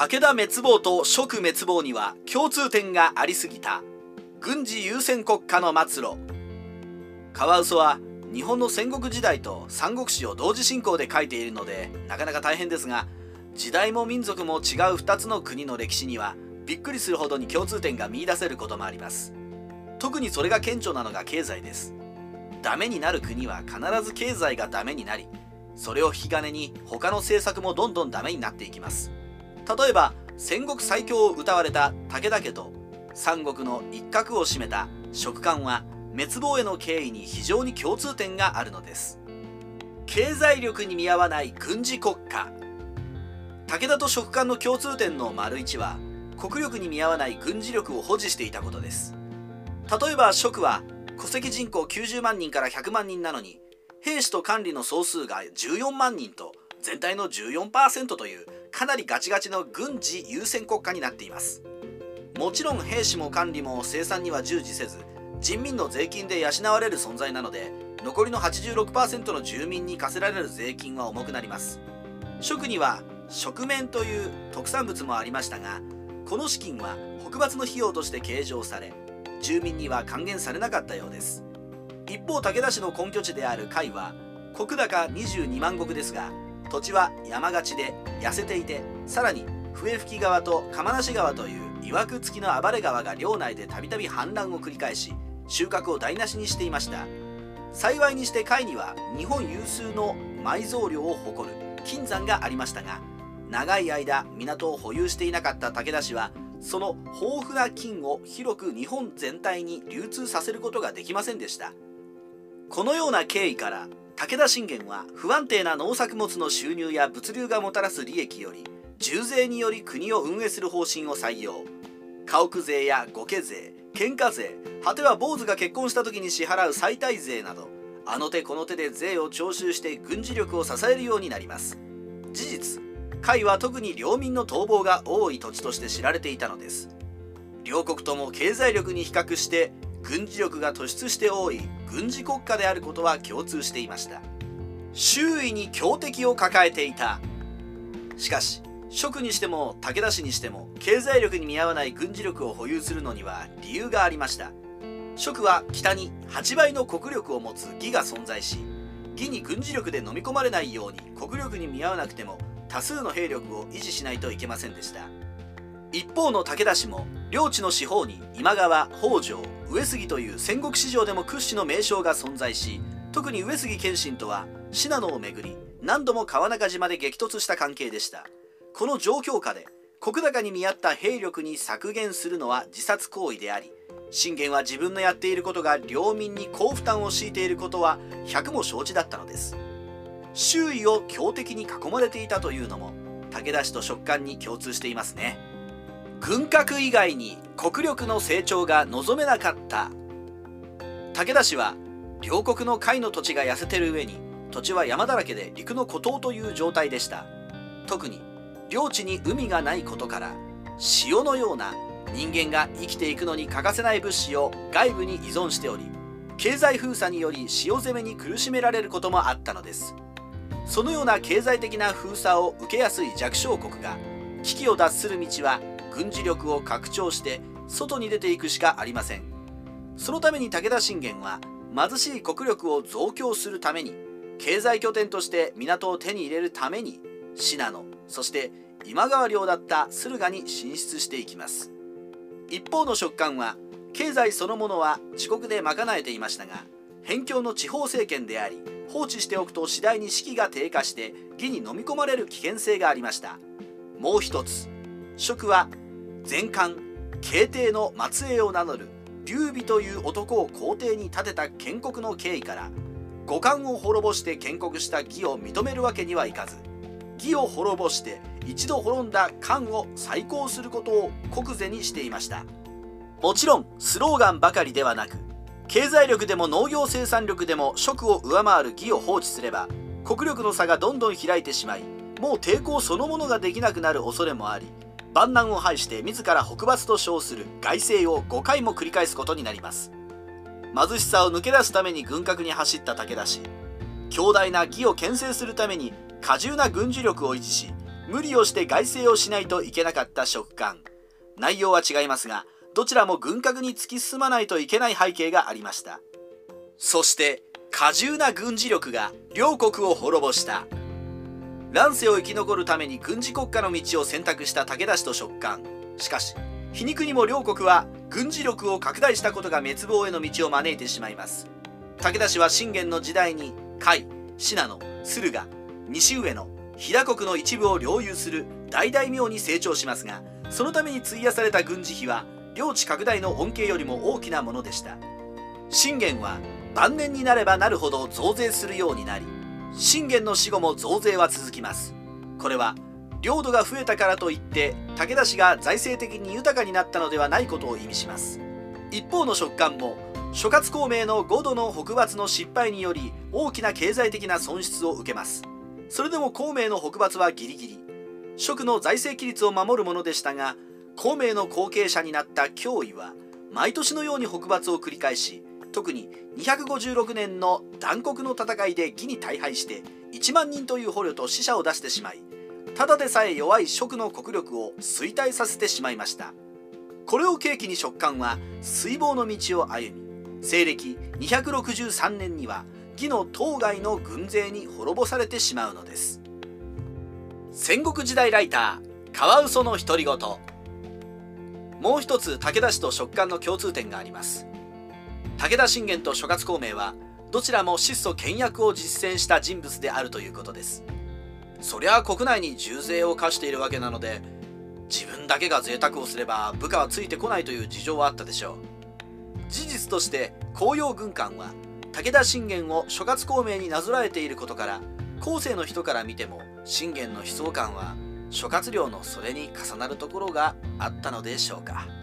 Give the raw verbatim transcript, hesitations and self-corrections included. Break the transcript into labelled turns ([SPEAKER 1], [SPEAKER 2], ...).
[SPEAKER 1] 武田滅亡と蜀滅亡には共通点がありすぎた。軍事優先国家の末路。カワウソは日本の戦国時代と三国志を同時進行で書いているのでなかなか大変ですが、時代も民族も違うふたつの国の歴史にはびっくりするほどに共通点が見出せることもあります。特にそれが顕著なのが経済です。ダメになる国は必ず経済がダメになり、それを引き金に他の政策もどんどんダメになっていきます。例えば戦国最強を謳われた武田家と三国の一角を占めた蜀漢は滅亡への経緯に非常に共通点があるのです。経済力に見合わない軍事国家。武田と蜀漢の共通点の丸一は国力に見合わない軍事力を保持していたことです。例えば蜀は戸籍人口きゅうじゅうまんにんからひゃくまんにんなのに、兵士と管理の総数がじゅうよんまんにんと全体の じゅうよんパーセント というかなりガチガチの軍事優先国家になっています。もちろん兵士も管理も生産には従事せず、人民の税金で養われる存在なので、残りの はちじゅうろくパーセント の住民に課せられる税金は重くなります。蜀には蜀面という特産物もありましたが、この資金は北伐の費用として計上され、住民には還元されなかったようです。一方、武田氏の根拠地である甲斐は石高にじゅうにまん石ですが、土地は山がちで痩せていて、さらに笛吹川と釜無川という曰く付きの暴れ川が領内でたびたび氾濫を繰り返し、収穫を台無しにしていました。幸いにして甲斐には日本有数の埋蔵量を誇る金山がありましたが、長い間港を保有していなかった武田氏はその豊富な金を広く日本全体に流通させることができませんでした。このような経緯から武田信玄は不安定な農作物の収入や物流がもたらす利益より重税により国を運営する方針を採用。家屋税や御家税、喧嘩税、果ては坊主が結婚した時に支払う妻帯税など、あの手この手で税を徴収して軍事力を支えるようになります。事実、甲斐は特に領民の逃亡が多い土地として知られていたのです。両国とも経済力に比較して軍事力が突出して多い軍事国家であることは共通していました。周囲に強敵を抱えていた。しかし蜀にしても武田氏にしても経済力に見合わない軍事力を保有するのには理由がありました。蜀は北にはちばいの国力を持つ魏が存在し、魏に軍事力で飲み込まれないように国力に見合わなくても多数の兵力を維持しないといけませんでした。一方の武田氏も領地の四方に今川、北条、上杉という戦国史上でも屈指の名将が存在し、特に上杉謙信とは信濃をめぐり何度も川中島で激突した関係でした。この状況下で石高に見合った兵力に削減するのは自殺行為であり、信玄は自分のやっていることが領民に高負担を強いていることは百も承知だったのです。周囲を強敵に囲まれていたというのも武田氏と蜀漢に共通していますね。軍拡以外に国力の成長が望めなかった。武田氏は両国の甲斐の土地が痩せてる上に、土地は山だらけで陸の孤島という状態でした。特に領地に海がないことから、塩のような人間が生きていくのに欠かせない物資を外部に依存しており、経済封鎖により塩攻めに苦しめられることもあったのです。そのような経済的な封鎖を受けやすい弱小国が危機を脱する道は軍事力を拡張して外に出ていくしかありません。そのために武田信玄は貧しい国力を増強するために、経済拠点として港を手に入れるために信濃、そして今川領だった駿河に進出していきます。一方の蜀漢は経済そのものは自国で賄えていましたが、辺境の地方政権であり、放置しておくと次第に士気が低下して魏に飲み込まれる危険性がありました。もう一つ、蜀は前漢慶帝の末裔を名乗る劉備という男を皇帝に立てた建国の経緯から、五漢を滅ぼして建国した魏を認めるわけにはいかず、魏を滅ぼして一度滅んだ漢を再興することを国是にしていました。もちろんスローガンばかりではなく、経済力でも農業生産力でも蜀を上回る魏を放置すれば国力の差がどんどん開いてしまい、もう抵抗そのものができなくなる恐れもあり、万難を排して自ら北伐と称する外政をごかいも繰り返すことになります。貧しさを抜け出すために軍拡に走った武田氏、強大な魏を牽制するために過重な軍事力を維持し、 無理をして外政をしないといけなかった職官。内容は違いますが、どちらも軍拡に突き進まないといけない背景がありました。そして過重な軍事力が両国を滅ぼした。乱世を生き残るために軍事国家の道を選択した武田氏と職官。しかし皮肉にも両国は軍事力を拡大したことが滅亡への道を招いてしまいます。武田氏は信玄の時代に甲斐、信濃、駿河、西上野、飛騨国の一部を領有する大大名に成長しますが、そのために費やされた軍事費は領地拡大の恩恵よりも大きなものでした。信玄は晩年になればなるほど増税するようになり、信玄の死後も増税は続きます。これは領土が増えたからといって武田氏が財政的に豊かになったのではないことを意味します。一方の職官も諸葛孔明のごどの北伐の失敗により大きな経済的な損失を受けます。それでも孔明の北伐はギリギリ蜀の財政規律を守るものでしたが、孔明の後継者になった姜維は毎年のように北伐を繰り返し、特ににひゃくごじゅうろくねんの断国の戦いで義に大敗していちまんにんという捕虜と死者を出してしまい、ただでさえ弱い蜀の国力を衰退させてしまいました。これを契機に職官は衰亡の道を歩み、西暦にひゃくろくじゅうさんねんには魏の当該の軍勢に滅ぼされてしまうのです。戦国時代ライターカワウソの独り言。もう一つ武田氏と職官の共通点があります。武田信玄と諸葛孔明はどちらも質素倹約を実践した人物であるということです。そりゃあ国内に重税を課しているわけなので、自分だけが贅沢をすれば部下はついてこないという事情はあったでしょう。事実として公用軍艦は武田信玄を諸葛孔明になぞらえていることから、後世の人から見ても信玄の悲壮感は諸葛亮のそれに重なるところがあったのでしょうか。